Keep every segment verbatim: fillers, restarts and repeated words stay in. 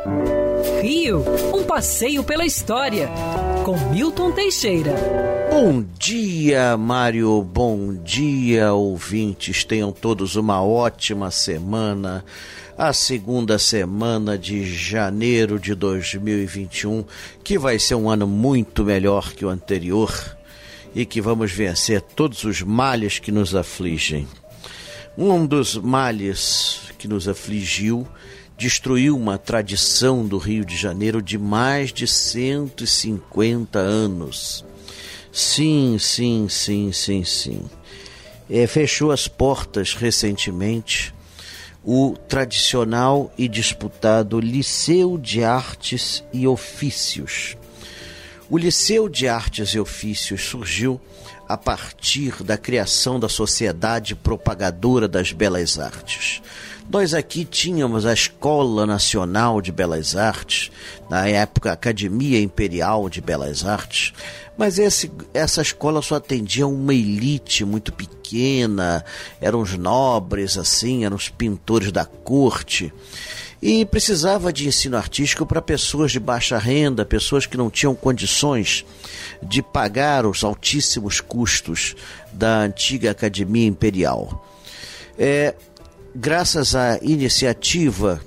Rio, um passeio pela história, com Milton Teixeira. Bom dia, Mário, bom dia, ouvintes. Tenham todos uma ótima semana. A segunda semana de janeiro de dois mil e vinte e um, que vai ser um ano muito melhor que o anterior e que vamos vencer todos os males que nos afligem. Um dos males que nos afligiu destruiu uma tradição do Rio de Janeiro de mais de cento e cinquenta anos. Sim, sim, sim, sim, sim. É, fechou as portas recentemente o tradicional e disputado Liceu de Artes e Ofícios. O Liceu de Artes e Ofícios surgiu a partir da criação da Sociedade Propagadora das Belas Artes. Nós aqui tínhamos a Escola Nacional de Belas Artes, na época Academia Imperial de Belas Artes, mas esse, essa escola só atendia uma elite muito pequena, eram os nobres, assim, eram os pintores da corte, e precisava de ensino artístico para pessoas de baixa renda, pessoas que não tinham condições de pagar os altíssimos custos da antiga Academia Imperial. É, graças à iniciativa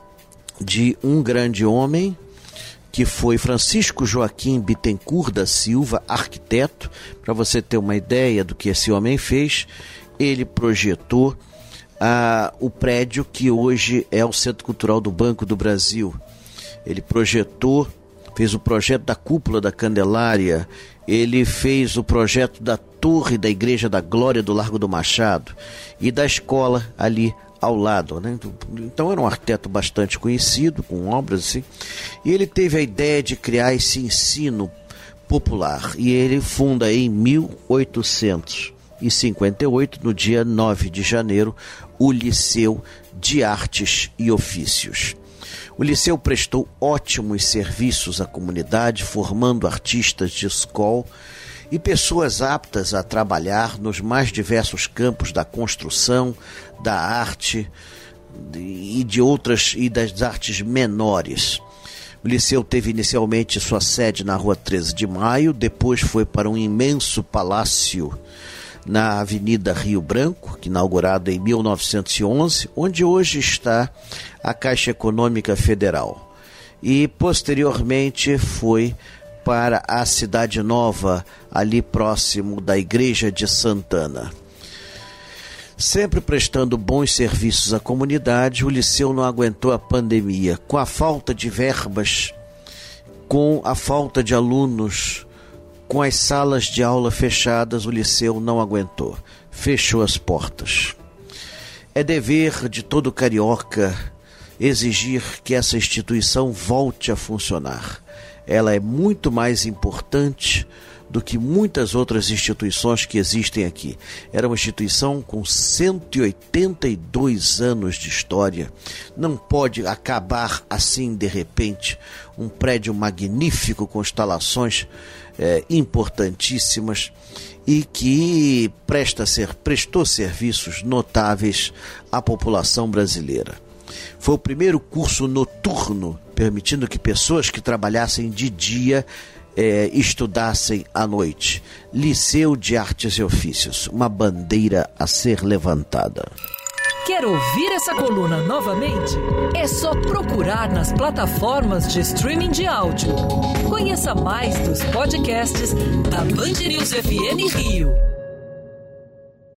de um grande homem, que foi Francisco Joaquim Bittencourt da Silva, arquiteto, para você ter uma ideia do que esse homem fez, ele projetou ah, o prédio que hoje é o Centro Cultural do Banco do Brasil. Ele projetou, fez o projeto da cúpula da Candelária, ele fez o projeto da torre da Igreja da Glória do Largo do Machado e da escola ali ao lado, né? Então era um arquiteto bastante conhecido, com obras assim, e ele teve a ideia de criar esse ensino popular, e ele funda em mil oitocentos e cinquenta e oito, no dia nove de janeiro, o Liceu de Artes e Ofícios. O Liceu prestou ótimos serviços à comunidade, formando artistas de escola e pessoas aptas a trabalhar nos mais diversos campos da construção, da arte e de outras e das artes menores. O Liceu teve inicialmente sua sede na Rua treze de maio, depois foi para um imenso palácio na Avenida Rio Branco, que inaugurado em mil novecentos e onze, onde hoje está a Caixa Econômica Federal. E posteriormente foi para a Cidade Nova, ali próximo da Igreja de Santana. Sempre prestando bons serviços à comunidade, o Liceu não aguentou a pandemia. Com a falta de verbas, com a falta de alunos, com as salas de aula fechadas, o Liceu não aguentou. Fechou as portas. É dever de todo carioca exigir que essa instituição volte a funcionar. Ela é muito mais importante do que muitas outras instituições que existem aqui. Era uma instituição com cento e oitenta e dois anos de história. Não pode acabar assim de repente. Um prédio magnífico com instalações é, importantíssimas e que presta ser, prestou serviços notáveis à população brasileira. Foi o primeiro curso noturno, permitindo que pessoas que trabalhassem de dia eh, estudassem à noite. Liceu de Artes e Ofícios, uma bandeira a ser levantada. Quer ouvir essa coluna novamente? É só procurar nas plataformas de streaming de áudio. Conheça mais dos podcasts da Band News F M Rio.